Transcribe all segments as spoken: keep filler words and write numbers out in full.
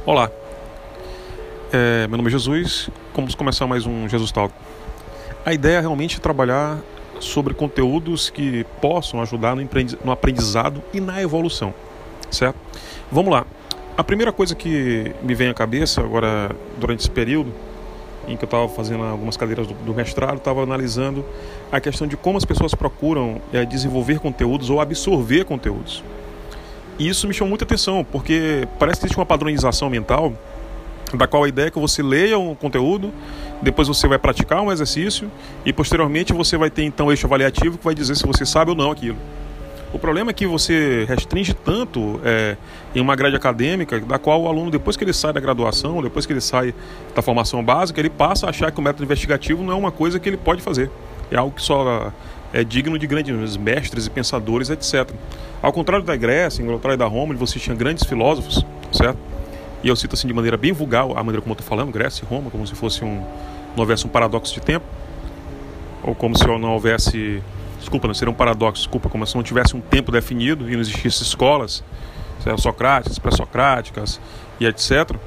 Olá, é, meu nome é Jesus, vamos começar mais um Jesus Talk. A ideia é realmente trabalhar sobre conteúdos que possam ajudar no aprendizado e na evolução, certo? Vamos lá. A primeira coisa que me vem à cabeça agora, durante esse período, em que eu estava fazendo algumas cadeiras do, do mestrado, estava analisando a questão de como as pessoas procuram é, desenvolver conteúdos ou absorver conteúdos. E isso me chamou muita atenção, porque parece que existe uma padronização mental, da qual a ideia é que você leia um conteúdo, depois você vai praticar um exercício e posteriormente você vai ter então eixo avaliativo que vai dizer se você sabe ou não aquilo. O problema é que você restringe tanto é, em uma grade acadêmica, da qual o aluno, depois que ele sai da graduação, depois que ele sai da formação básica, ele passa a achar que o método investigativo não é uma coisa que ele pode fazer. É algo que só é digno de grandes mestres e pensadores, etcétera. Ao contrário da Grécia, ao contrário da Roma, onde você tinha grandes filósofos, certo? E eu cito assim de maneira bem vulgar a maneira como eu estou falando, Grécia e Roma, como se fosse um, não houvesse um paradoxo de tempo, ou como se não houvesse, desculpa, não seria um paradoxo, desculpa, como se não tivesse um tempo definido e não existisse escolas, certo? Socráticas, pré-socráticas e etcétera.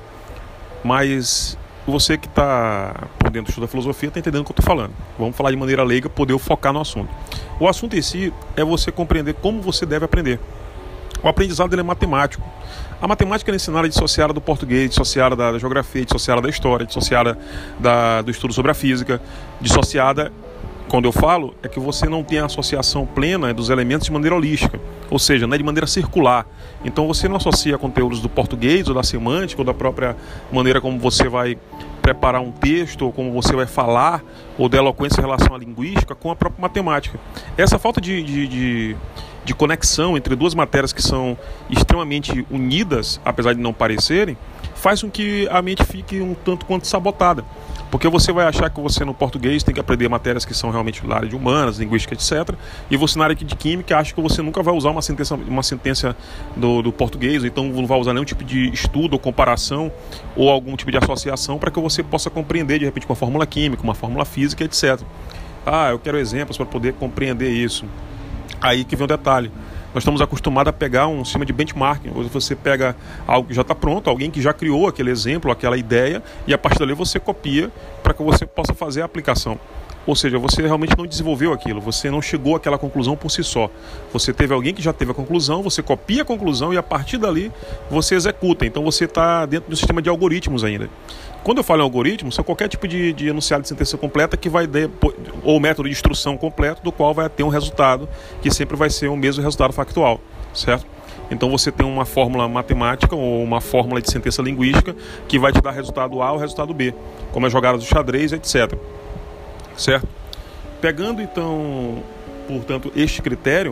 Mas você que está por dentro do estudo da filosofia está entendendo o que eu estou falando. Vamos falar de maneira leiga para poder focar no assunto. O assunto em si é você compreender como você deve aprender. O aprendizado ele é matemático. A matemática é ensinada dissociada do português, dissociada da geografia, dissociada da história, dissociada da, do estudo sobre a física, dissociada, quando eu falo, é que você não tem a associação plena dos elementos de maneira holística, ou seja, não é de maneira circular. Então você não associa conteúdos do português ou da semântica ou da própria maneira como você vai preparar um texto ou como você vai falar ou da eloquência em relação à linguística com a própria matemática. Essa falta de, de, de, de conexão entre duas matérias que são extremamente unidas, apesar de não parecerem, faz com que a mente fique um tanto quanto sabotada. Porque você vai achar que você no português tem que aprender matérias que são realmente da área de humanas, linguística, etcétera. E você na área de química acha que você nunca vai usar uma sentença, uma sentença do, do português, ou então não vai usar nenhum tipo de estudo ou comparação ou algum tipo de associação para que você possa compreender de repente uma fórmula química, uma fórmula física, etcétera. Ah, eu quero exemplos para poder compreender isso. Aí que vem o detalhe. Nós estamos acostumados a pegar um sistema de benchmarking, ou você pega algo que já está pronto, alguém que já criou aquele exemplo, aquela ideia, e a partir dali você copia para que você possa fazer a aplicação. Ou seja, você realmente não desenvolveu aquilo, você não chegou àquela conclusão por si só. Você teve alguém que já teve a conclusão, você copia a conclusão e a partir dali você executa. Então você está dentro de um sistema de algoritmos ainda. Quando eu falo em algoritmo, são qualquer tipo de, de enunciado de sentença completa que vai dar, ou método de instrução completo, do qual vai ter um resultado que sempre vai ser o mesmo resultado factual, certo? Então você tem uma fórmula matemática ou uma fórmula de sentença linguística que vai te dar resultado A ou resultado B, como a jogada do xadrez, etcétera. Certo? Pegando então, portanto, este critério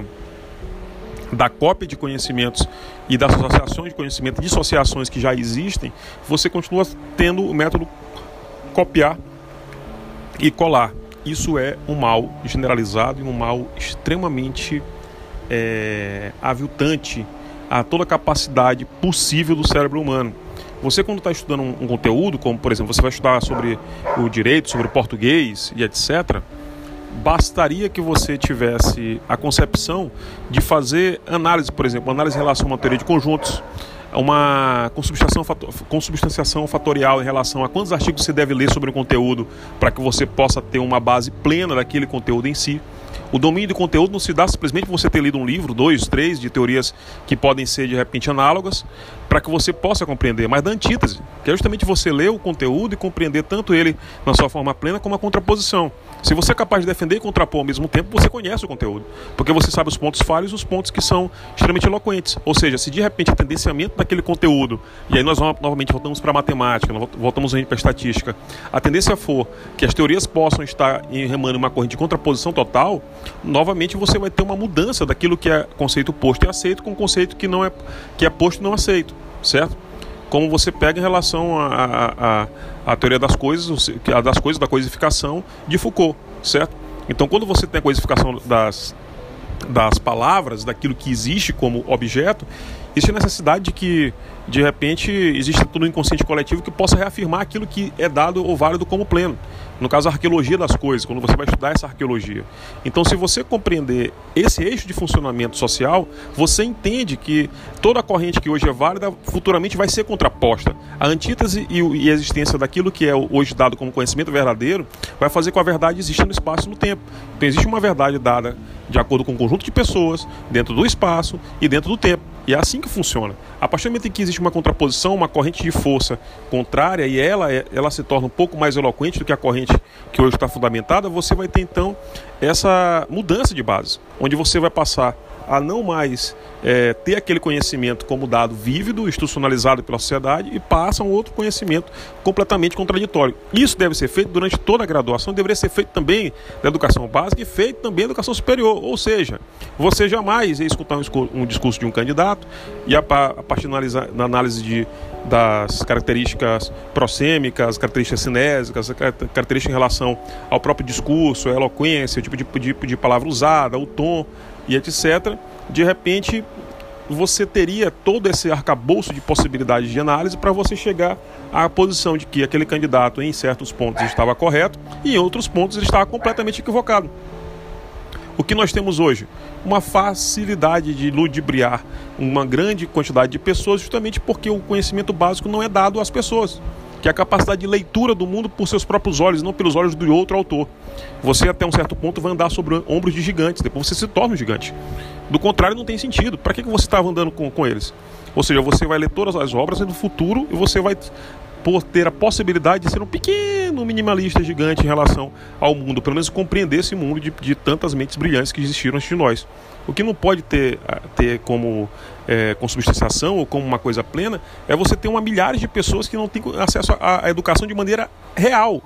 da cópia de conhecimentos e das associações de conhecimento, dissociações que já existem, você continua tendo o método copiar e colar. Isso é um mal generalizado e um mal extremamente é, aviltante a toda a capacidade possível do cérebro humano. Você, quando está estudando um, um conteúdo, como por exemplo, você vai estudar sobre o direito, sobre o português e etcétera, bastaria que você tivesse a concepção de fazer análise, por exemplo, análise em relação a uma teoria de conjuntos, uma consubstanciação, consubstanciação fatorial em relação a quantos artigos você deve ler sobre o conteúdo para que você possa ter uma base plena daquele conteúdo em si. O domínio do conteúdo não se dá simplesmente por você ter lido um livro, dois, três, de teorias que podem ser de repente análogas, para que você possa compreender, mas da antítese, que é justamente você ler o conteúdo e compreender tanto ele na sua forma plena como a contraposição. Se você é capaz de defender e contrapor ao mesmo tempo, você conhece o conteúdo, porque você sabe os pontos falhos e os pontos que são extremamente eloquentes. Ou seja, se de repente o tendenciamento daquele conteúdo, e aí nós vamos, novamente voltamos para a matemática, voltamos para a estatística, a tendência for que as teorias possam estar remando uma corrente de contraposição total, novamente você vai ter uma mudança daquilo que é conceito posto e aceito com conceito que, não é, que é posto e não aceito, certo? Como você pega em relação à a, a, a teoria das coisas, a das coisas, da coisificação de Foucault, certo? Então, quando você tem a coisificação das, das palavras, daquilo que existe como objeto, existe a necessidade de que, de repente, exista todo um inconsciente coletivo que possa reafirmar aquilo que é dado ou válido como pleno. No caso, a arqueologia das coisas, quando você vai estudar essa arqueologia. Então, se você compreender esse eixo de funcionamento social, você entende que toda a corrente que hoje é válida, futuramente vai ser contraposta. A antítese e a existência daquilo que é hoje dado como conhecimento verdadeiro vai fazer com que a verdade exista no espaço e no tempo. Então, existe uma verdade dada de acordo com um conjunto de pessoas, dentro do espaço e dentro do tempo. E é assim que funciona. A partir do momento em que existe uma contraposição, uma corrente de força contrária, e ela, ela se torna um pouco mais eloquente do que a corrente que hoje está fundamentada, você vai ter então essa mudança de base, onde você vai passar a não mais é, ter aquele conhecimento como dado vívido, institucionalizado pela sociedade, e passa a um outro conhecimento completamente contraditório. Isso deve ser feito durante toda a graduação, deveria ser feito também na educação básica e feito também na educação superior. Ou seja, você jamais ia escutar um, um discurso de um candidato e a, a partir da análise de, das características prossêmicas, características cinésicas, características em relação ao próprio discurso, a eloquência, o tipo de, de, de palavra usada, o tom e etcétera, de repente você teria todo esse arcabouço de possibilidades de análise para você chegar à posição de que aquele candidato em certos pontos estava correto e em outros pontos ele estava completamente equivocado. O que nós temos hoje? Uma facilidade de ludibriar uma grande quantidade de pessoas justamente porque o conhecimento básico não é dado às pessoas, que é a capacidade de leitura do mundo por seus próprios olhos, não pelos olhos do outro autor. Você até um certo ponto vai andar sobre ombros de gigantes, depois você se torna um gigante. Do contrário, não tem sentido. Para que você estava andando com, com eles? Ou seja, você vai ler todas as obras do futuro e você vai por ter a possibilidade de ser um pequeno minimalista gigante em relação ao mundo, pelo menos compreender esse mundo de, de tantas mentes brilhantes que existiram antes de nós. O que não pode ter, ter como é, consubstanciação ou como uma coisa plena é você ter uma milhares de pessoas que não têm acesso à, à educação de maneira real.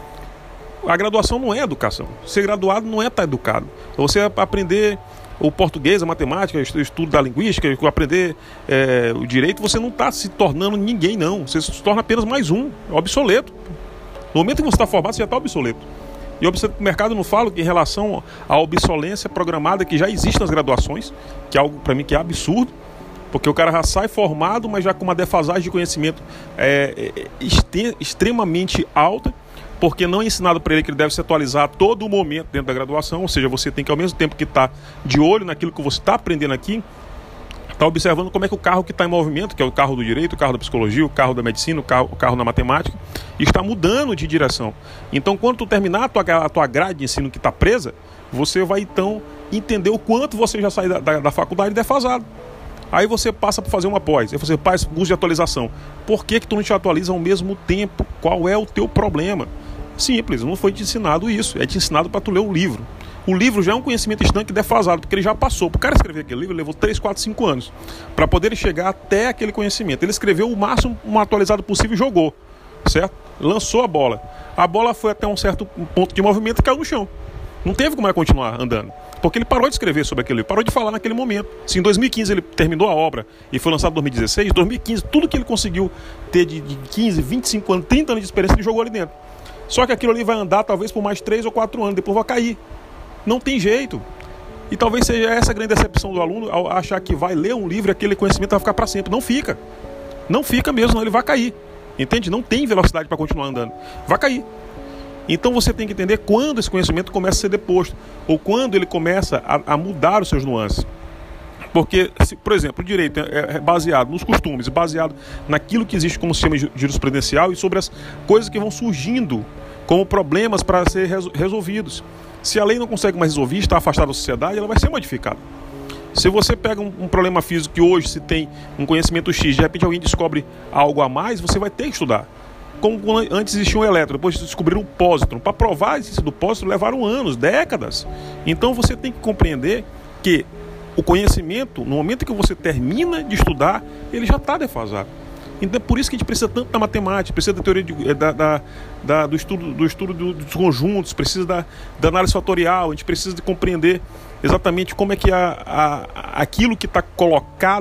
A graduação não é educação. Ser graduado não é estar educado. Você aprender o português, a matemática, o estudo da linguística, aprender é, o direito, você não está se tornando ninguém, não. Você se torna apenas mais um, obsoleto. No momento que você está formado, você já está obsoleto. E o mercado não fala que em relação à obsolência programada que já existe nas graduações, que é algo para mim que é absurdo, porque o cara já sai formado, mas já com uma defasagem de conhecimento é, é, extremamente alta, porque não é ensinado para ele que ele deve se atualizar a todo momento dentro da graduação, ou seja, você tem que ao mesmo tempo que estar tá de olho naquilo que você está aprendendo aqui, está observando como é que o carro que está em movimento, que é o carro do direito, o carro da psicologia, o carro da medicina, o carro, o carro da matemática, está mudando de direção. Então, quando tu terminar a tua, a tua grade de ensino que está presa, você vai então entender o quanto você já sai da, da, da faculdade defasado. Aí você passa para fazer uma pós, aí você faz curso de atualização. Por que que tu não te atualiza ao mesmo tempo? Qual é o teu problema? Simples, não foi te ensinado isso, é te ensinado para tu ler um livro. O livro já é um conhecimento estanque defasado, porque ele já passou. Para o cara escrever aquele livro, ele levou três, quatro, cinco anos para poder chegar até aquele conhecimento. Ele escreveu o máximo um atualizado possível e jogou, certo? Lançou a bola. A bola foi até um certo ponto de movimento e caiu no chão. Não teve como ela continuar andando, porque ele parou de escrever sobre aquele livro, parou de falar naquele momento. Se em dois mil e quinze ele terminou a obra e foi lançado em dois mil e dezesseis, dois mil e quinze, tudo que ele conseguiu ter de, de quinze, vinte e cinco anos, trinta anos de experiência, ele jogou ali dentro. Só que aquilo ali vai andar talvez por mais três ou quatro anos, depois vai cair. Não tem jeito. E talvez seja essa a grande decepção do aluno, ao achar que vai ler um livro e aquele conhecimento vai ficar para sempre. Não fica. Não fica mesmo, não, ele vai cair. Entende? Não tem velocidade para continuar andando. Vai cair. Então você tem que entender quando esse conhecimento começa a ser deposto, ou quando ele começa a, a mudar os seus nuances. Porque, se, por exemplo, o direito é baseado nos costumes, baseado naquilo que existe como sistema jurisprudencial e sobre as coisas que vão surgindo como problemas para ser resolvidos. Se a lei não consegue mais resolver, está afastada da sociedade, ela vai ser modificada. Se você pega um, um problema físico que hoje se tem um conhecimento X, de repente alguém descobre algo a mais, você vai ter que estudar. Como antes existia um elétron, depois descobriram o pósitron. Para provar a existência do pósitron levaram anos, décadas. Então você tem que compreender que o conhecimento, no momento que você termina de estudar, ele já está defasado. Então é por isso que a gente precisa tanto da matemática, precisa da teoria de, da, da, da, do estudo, do estudo dos conjuntos, precisa da, da análise fatorial, a gente precisa de compreender exatamente como é que a, a, aquilo que está colocado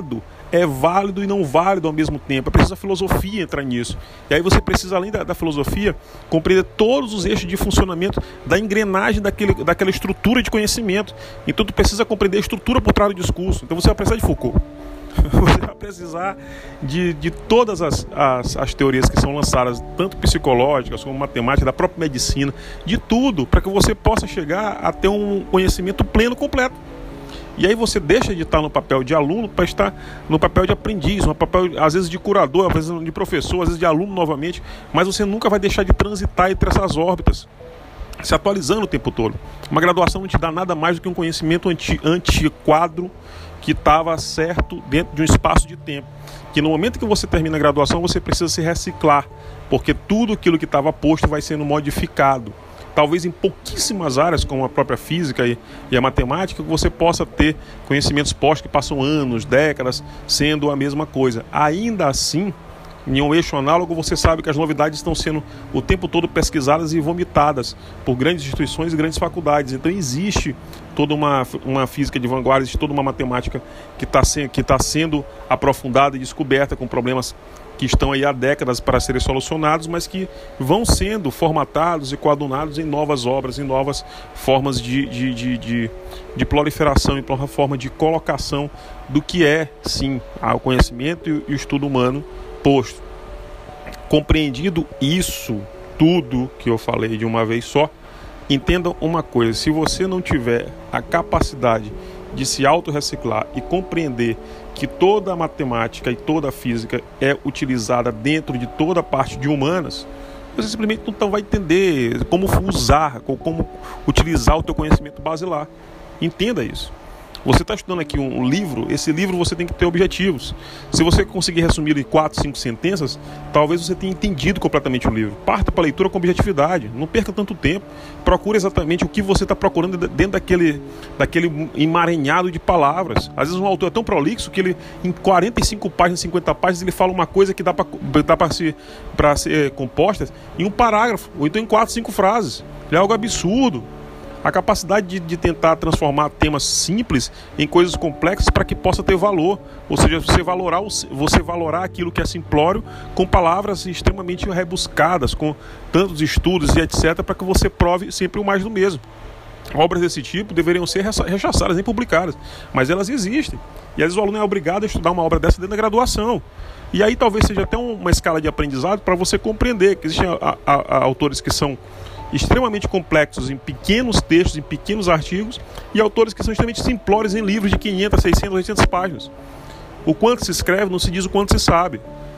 é válido e não válido ao mesmo tempo. É preciso a filosofia entrar nisso. E aí você precisa, além da, da filosofia, compreender todos os eixos de funcionamento da engrenagem daquele, daquela estrutura de conhecimento. Então tu precisa compreender a estrutura por trás do discurso. Então você vai precisar de Foucault. Você vai precisar de, de todas as, as, as teorias que são lançadas, tanto psicológicas como matemáticas, da própria medicina, de tudo, para que você possa chegar a ter um conhecimento pleno, completo. E aí você deixa de estar no papel de aluno para estar no papel de aprendiz, no papel às vezes de curador, às vezes de professor, às vezes de aluno novamente, mas você nunca vai deixar de transitar entre essas órbitas, se atualizando o tempo todo. Uma graduação não te dá nada mais do que um conhecimento anti, antiquado que estava certo dentro de um espaço de tempo. Que no momento que você termina a graduação, você precisa se reciclar, porque tudo aquilo que estava posto vai sendo modificado. Talvez em pouquíssimas áreas, como a própria física e, e a matemática, você possa ter conhecimentos postos que passam anos, décadas, sendo a mesma coisa. Ainda assim, em um eixo análogo, você sabe que as novidades estão sendo o tempo todo pesquisadas e vomitadas por grandes instituições e grandes faculdades. Então existe toda uma, uma física de vanguarda, existe toda uma matemática que está se, que tá sendo aprofundada e descoberta com problemas que estão aí há décadas para serem solucionados, mas que vão sendo formatados e coadunados em novas obras, em novas formas de, de, de, de, de proliferação, em nova forma de colocação do que é, sim, o conhecimento e o estudo humano posto. Compreendido isso, tudo que eu falei de uma vez só, entendam uma coisa: se você não tiver a capacidade de se autorreciclar e compreender que toda a matemática e toda a física é utilizada dentro de toda a parte de humanas, você simplesmente não vai entender como usar, como utilizar o teu conhecimento basilar. Entenda isso. Você está estudando aqui um livro, esse livro você tem que ter objetivos. Se você conseguir resumir em quatro, cinco sentenças, talvez você tenha entendido completamente o livro. Parta para a leitura com objetividade, não perca tanto tempo. Procure exatamente o que você está procurando dentro daquele, daquele emaranhado de palavras. Às vezes um autor é tão prolixo que ele, em quarenta e cinco páginas, cinquenta páginas, ele fala uma coisa que dá para dá para ser, para ser composta em um parágrafo, ou então em quatro, cinco frases. É algo absurdo. A capacidade de, de tentar transformar temas simples em coisas complexas para que possa ter valor. Ou seja, você valorar, você valorar aquilo que é simplório com palavras extremamente rebuscadas, com tantos estudos e etcétera, para que você prove sempre o mais do mesmo. Obras desse tipo deveriam ser rechaçadas, nem publicadas, mas elas existem. E às vezes o aluno é obrigado a estudar uma obra dessa dentro da graduação. E aí talvez seja até uma escala de aprendizado para você compreender que existem a, a, a, autores que são extremamente complexos em pequenos textos, em pequenos artigos, e autores que são extremamente simplórios em livros de quinhentas, seiscentas, oitocentas páginas. O quanto se escreve não se diz o quanto se sabe.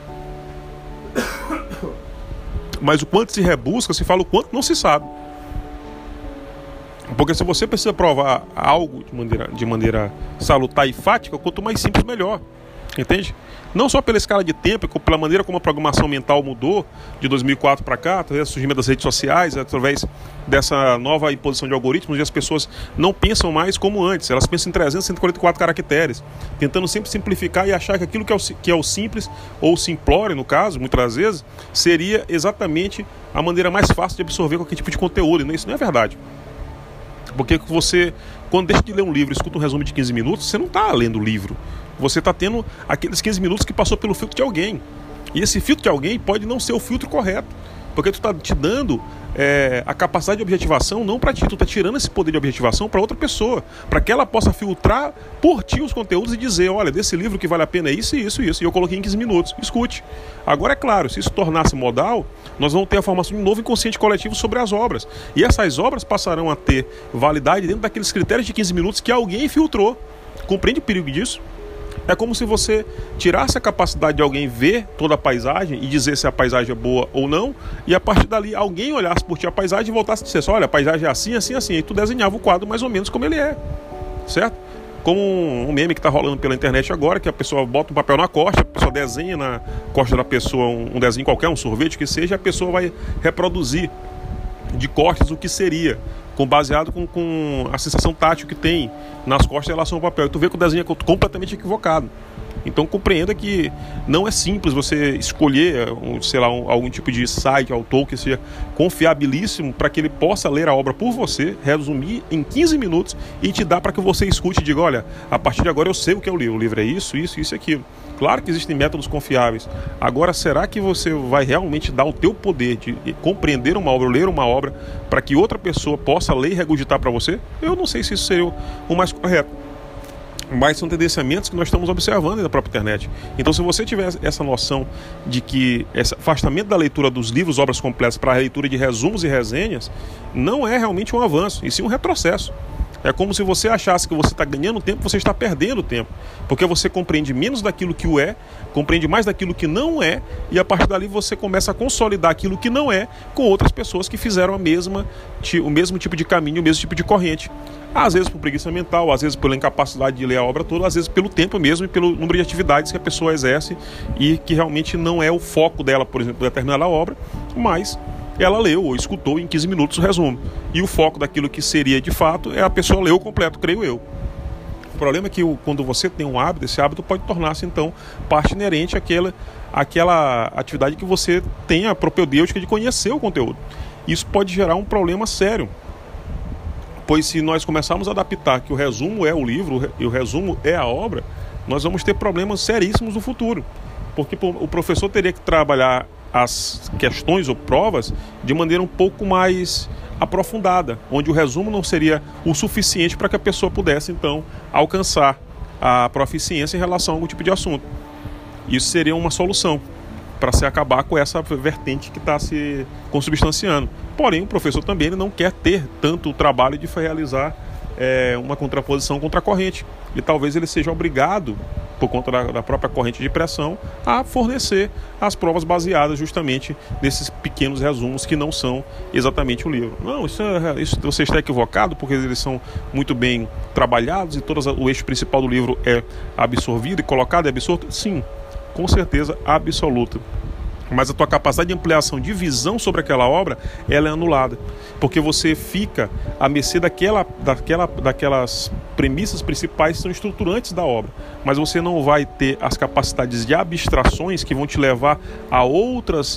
Mas o quanto se rebusca, se fala o quanto não se sabe. Porque se você precisa provar algo de maneira, de maneira salutar e fática, quanto mais simples, melhor. Entende? Não só pela escala de tempo, pela maneira como a programação mental mudou de dois mil e quatro para cá, através do surgimento das redes sociais, através dessa nova imposição de algoritmos, onde as pessoas não pensam mais como antes. Elas pensam em trezentos, cento e quarenta e quatro caracteres, tentando sempre simplificar e achar que aquilo que é o, que é o simples, ou simplório no caso, muitas das vezes, seria exatamente a maneira mais fácil de absorver qualquer tipo de conteúdo. E isso não é verdade. Porque você, quando deixa de ler um livro e escuta um resumo de quinze minutos, você não está lendo o livro. Você está tendo aqueles quinze minutos que passou pelo filtro de alguém. E esse filtro de alguém pode não ser o filtro correto. Porque tu está te dando é, a capacidade de objetivação não para ti. Tu está tirando esse poder de objetivação para outra pessoa. Para que ela possa filtrar por ti os conteúdos e dizer: olha, desse livro que vale a pena é isso, isso, isso. E eu coloquei em quinze minutos. Escute. Agora, é claro, se isso tornasse modal, nós vamos ter a formação de um novo inconsciente coletivo sobre as obras. E essas obras passarão a ter validade dentro daqueles critérios de quinze minutos que alguém filtrou. Compreende o perigo disso? É como se você tirasse a capacidade de alguém ver toda a paisagem e dizer se a paisagem é boa ou não, e a partir dali alguém olhasse por ti a paisagem e voltasse a dizer: olha, a paisagem é assim, assim, assim, e tu desenhava o quadro mais ou menos como ele é, certo? Como um meme que está rolando pela internet agora, que a pessoa bota um papel na costa, a pessoa desenha na costa da pessoa um desenho qualquer, um sorvete que seja, a pessoa vai reproduzir de costas o que seria, com baseado com, com a sensação tátil que tem nas costas em relação ao papel. E tu vê que o desenho é completamente equivocado. Então compreenda que não é simples você escolher, um, sei lá, um, algum tipo de site, autor que seja confiabilíssimo para que ele possa ler a obra por você, resumir em quinze minutos e te dar para que você escute e diga, olha, a partir de agora eu sei o que é o livro, o livro é isso, isso, isso e aquilo. Claro que existem métodos confiáveis. Agora, será que você vai realmente dar o teu poder de compreender uma obra, ler uma obra, para que outra pessoa possa ler e regurgitar para você? Eu não sei se isso seria o mais correto. Mas são tendenciamentos que nós estamos observando na própria internet. Então, se você tiver essa noção de que esse afastamento da leitura dos livros, obras completas, para a leitura de resumos e resenhas, não é realmente um avanço, e sim um retrocesso. É como se você achasse que você está ganhando tempo, você está perdendo tempo. Porque você compreende menos daquilo que o é, compreende mais daquilo que não é, e a partir dali você começa a consolidar aquilo que não é com outras pessoas que fizeram a mesma, o mesmo tipo de caminho, o mesmo tipo de corrente. Às vezes por preguiça mental, às vezes pela incapacidade de ler a obra toda, às vezes pelo tempo mesmo e pelo número de atividades que a pessoa exerce e que realmente não é o foco dela, por exemplo, determinar a obra, mas ela leu ou escutou em quinze minutos o resumo. E o foco daquilo que seria de fato é a pessoa ler o completo, creio eu. O problema é que quando você tem um hábito, esse hábito pode tornar-se então parte inerente àquela, àquela atividade que você tem a propedêutica de conhecer o conteúdo. Isso pode gerar um problema sério. Pois se nós começarmos a adaptar que o resumo é o livro e o resumo é a obra, nós vamos ter problemas seríssimos no futuro. Porque o professor teria que trabalhar as questões ou provas de maneira um pouco mais aprofundada, onde o resumo não seria o suficiente para que a pessoa pudesse, então, alcançar a proficiência em relação a algum tipo de assunto. Isso seria uma solução para se acabar com essa vertente que está se consubstanciando. Porém, o professor também ele não quer ter tanto o trabalho de realizar é, uma contraposição contra a corrente. E talvez ele seja obrigado, por conta da, da própria corrente de pressão, a fornecer as provas baseadas justamente nesses pequenos resumos que não são exatamente o livro. Não, isso, é, isso você está equivocado, porque eles são muito bem trabalhados e todas, o eixo principal do livro é absorvido e colocado e absorto. Sim, com certeza absoluta. Mas a tua capacidade de ampliação de visão sobre aquela obra, ela é anulada. Porque você fica à mercê daquela, daquela, daquelas premissas principais que são estruturantes da obra. Mas você não vai ter as capacidades de abstrações que vão te levar a outras,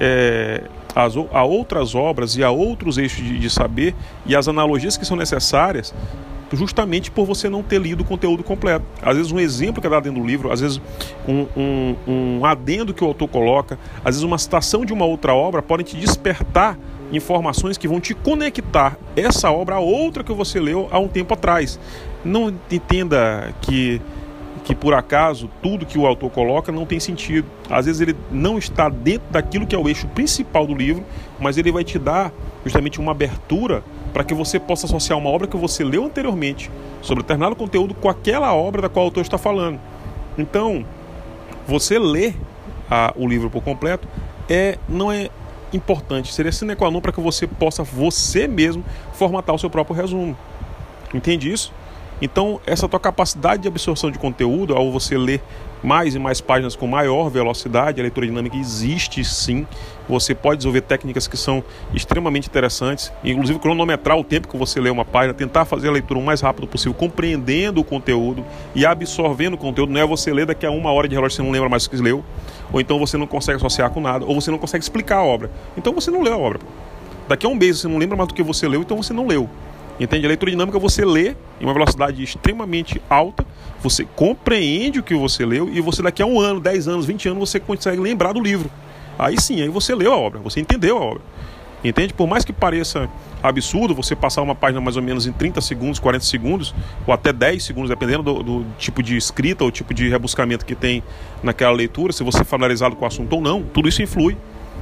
é, as, a outras obras e a outros eixos de, de saber e as analogias que são necessárias, justamente por você não ter lido o conteúdo completo. Às vezes um exemplo que é dado dentro do livro, às vezes um, um, um adendo que o autor coloca, às vezes uma citação de uma outra obra podem te despertar informações que vão te conectar essa obra a outra que você leu há um tempo atrás. Não entenda que, que por acaso tudo que o autor coloca não tem sentido. Às vezes ele não está dentro daquilo que é o eixo principal do livro, mas ele vai te dar justamente uma abertura para que você possa associar uma obra que você leu anteriormente sobre determinado conteúdo com aquela obra da qual o autor está falando. Então, você ler a, o livro por completo é, não é importante, seria sine qua non para que você possa, você mesmo, formatar o seu próprio resumo. Entende isso? Então, essa tua capacidade de absorção de conteúdo, ao você ler mais e mais páginas com maior velocidade, a leitura dinâmica existe sim. Você pode desenvolver técnicas que são extremamente interessantes, inclusive cronometrar o tempo que você lê uma página, tentar fazer a leitura o mais rápido possível, compreendendo o conteúdo e absorvendo o conteúdo. Não é você ler daqui a uma hora de relógio, você não lembra mais o que leu, ou então você não consegue associar com nada, ou você não consegue explicar a obra. Então você não leu a obra. Daqui a um mês você não lembra mais do que você leu, então você não leu. Entende? A leitura dinâmica você lê em uma velocidade extremamente alta, você compreende o que você leu e você daqui a um ano, dez anos, vinte anos você consegue lembrar do livro. Aí sim, aí você leu a obra, você entendeu a obra. Entende? Por mais que pareça absurdo você passar uma página mais ou menos em trinta segundos, quarenta segundos, ou até dez segundos, dependendo do, do tipo de escrita ou tipo de rebuscamento que tem naquela leitura, se você é familiarizado com o assunto ou não, tudo isso influi.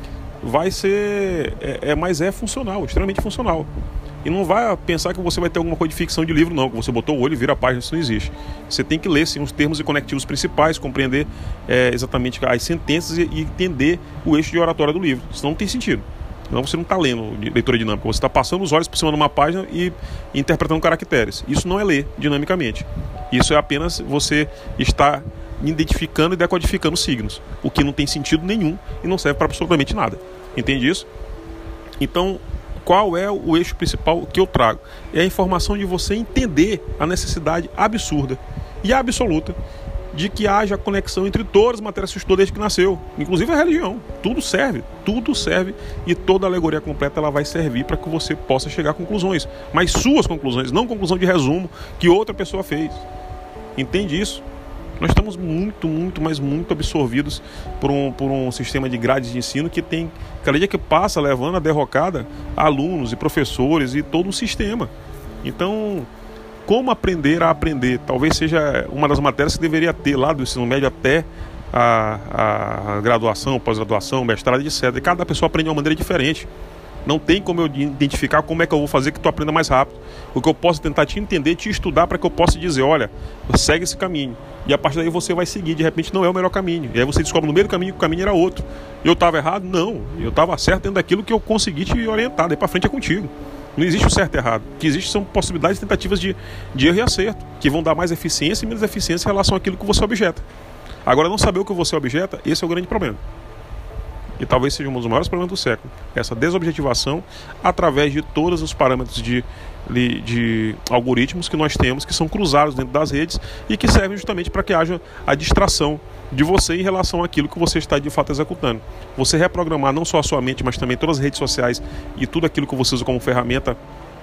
Vai ser, é, é, mas é funcional, extremamente funcional. E não vai pensar que você vai ter alguma coisa de ficção de livro, não. Que você botou o olho e vira a página, isso não existe. Você tem que ler, sim, os termos e conectivos principais, compreender é, exatamente as sentenças e, e entender o eixo de oratória do livro. Isso não tem sentido. Senão você não está lendo leitura dinâmica. Você está passando os olhos por cima de uma página e, e interpretando caracteres. Isso não é ler dinamicamente. Isso é apenas você estar identificando e decodificando signos. O que não tem sentido nenhum e não serve para absolutamente nada. Entende isso? Então, qual é o eixo principal que eu trago? É a informação de você entender a necessidade absurda e absoluta de que haja conexão entre todas as matérias que você estudou desde que nasceu, inclusive a religião. Tudo serve, tudo serve, e toda a alegoria completa ela vai servir para que você possa chegar a conclusões, mas suas conclusões, não conclusão de resumo que outra pessoa fez. Entende isso? Nós estamos muito, muito, mas muito absorvidos por um, por um sistema de grades de ensino que tem, cada dia que passa, levando a derrocada alunos e professores e todo um sistema. Então, como aprender a aprender? Talvez seja uma das matérias que deveria ter lá do ensino médio até a, a graduação, pós-graduação, mestrado, etcétera. E cada pessoa aprende de uma maneira diferente. Não tem como eu identificar como é que eu vou fazer que tu aprenda mais rápido. O que eu posso tentar te entender, te estudar para que eu possa dizer, olha, segue esse caminho. E a partir daí você vai seguir, de repente não é o melhor caminho. E aí você descobre no meio do caminho que o caminho era outro. Eu estava errado? Não. Eu estava certo dentro daquilo que eu consegui te orientar. Daí para frente é contigo. Não existe o certo e errado. O que existe são possibilidades e tentativas de, de erro e acerto, que vão dar mais eficiência e menos eficiência em relação àquilo que você objeta. Agora, não saber o que você objeta, esse é o grande problema. E talvez seja um dos maiores problemas do século. Essa desobjetivação através de todos os parâmetros de, de, de algoritmos que nós temos, que são cruzados dentro das redes e que servem justamente para que haja a distração de você em relação àquilo que você está de fato executando. Você reprogramar não só a sua mente, mas também todas as redes sociais e tudo aquilo que você usa como ferramenta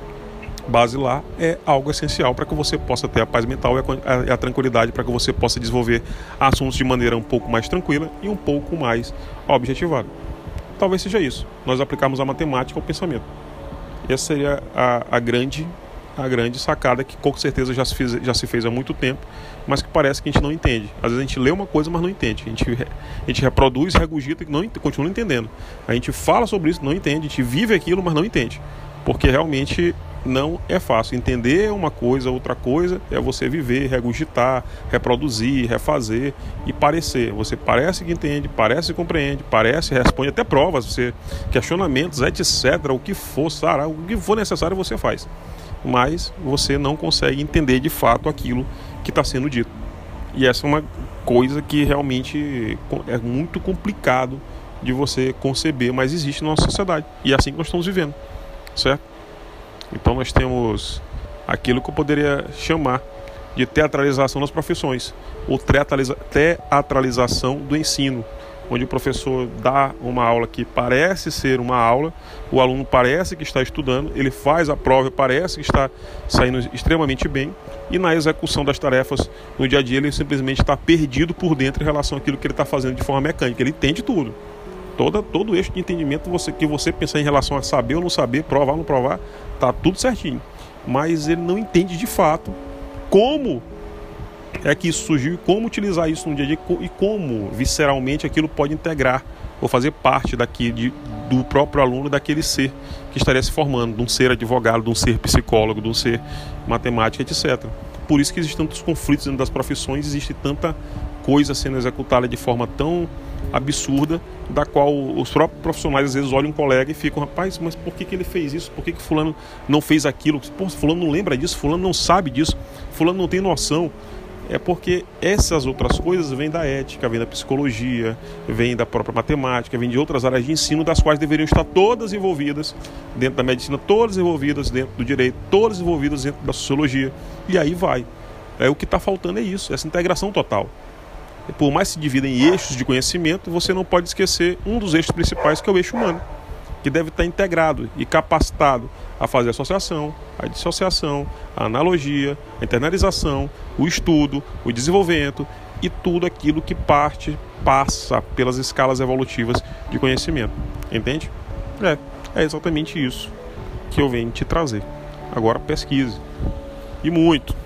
base lá é algo essencial para que você possa ter a paz mental e a, a, a tranquilidade, para que você possa desenvolver assuntos de maneira um pouco mais tranquila e um pouco mais objetivada. Talvez seja isso, nós aplicarmos a matemática ao pensamento. Essa seria a, a, grande, a grande sacada que com certeza já se, fez, já se fez há muito tempo, mas que parece que a gente não entende. Às vezes a gente lê uma coisa, mas não entende. A gente, a gente reproduz, regurgita e não, continua entendendo. A gente fala sobre isso, não entende. A gente vive aquilo, mas não entende. Porque realmente não é fácil. Entender uma coisa, outra coisa é você viver, regurgitar, reproduzir, refazer e parecer. Você parece que entende, parece que compreende, parece, responde até provas, você, questionamentos, etcétera. O que for, sará, o que for necessário você faz. Mas você não consegue entender de fato aquilo que está sendo dito. E essa é uma coisa que realmente é muito complicado de você conceber, mas existe na nossa sociedade. E é assim que nós estamos vivendo, certo? Então nós temos aquilo que eu poderia chamar de teatralização das profissões, ou teatraliza- teatralização do ensino, onde o professor dá uma aula que parece ser uma aula, o aluno parece que está estudando, ele faz a prova, parece que está saindo extremamente bem, e na execução das tarefas no dia a dia ele simplesmente está perdido por dentro em relação àquilo que ele está fazendo de forma mecânica. Ele entende tudo. Toda, todo eixo de entendimento você, que você pensar em relação a saber ou não saber, provar ou não provar, está tudo certinho. Mas ele não entende de fato como é que isso surgiu, como utilizar isso no dia a dia e como visceralmente aquilo pode integrar ou fazer parte daqui, de, do próprio aluno, daquele ser que estaria se formando, de um ser advogado, de um ser psicólogo, de um ser matemático, etcétera. Por isso que existem tantos conflitos dentro das profissões, existe tanta coisa sendo executada de forma tão absurda, da qual os próprios profissionais às vezes olham um colega e ficam, rapaz, mas por que, que ele fez isso? Por que, que fulano não fez aquilo? Pô, fulano não lembra disso, fulano não sabe disso, fulano não tem noção. É porque essas outras coisas vêm da ética, vêm da psicologia, vêm da própria matemática, vêm de outras áreas de ensino, das quais deveriam estar todas envolvidas dentro da medicina, todas envolvidas dentro do direito, todas envolvidas dentro da sociologia, e aí vai. É, o que está faltando é isso, essa integração total. Por mais que se divida em eixos de conhecimento, você não pode esquecer um dos eixos principais, que é o eixo humano, que deve estar integrado e capacitado a fazer a associação, a dissociação, a analogia, a internalização, o estudo, o desenvolvimento e tudo aquilo que parte, passa pelas escalas evolutivas de conhecimento. Entende? É, é exatamente isso que eu venho te trazer. Agora pesquise. E muito.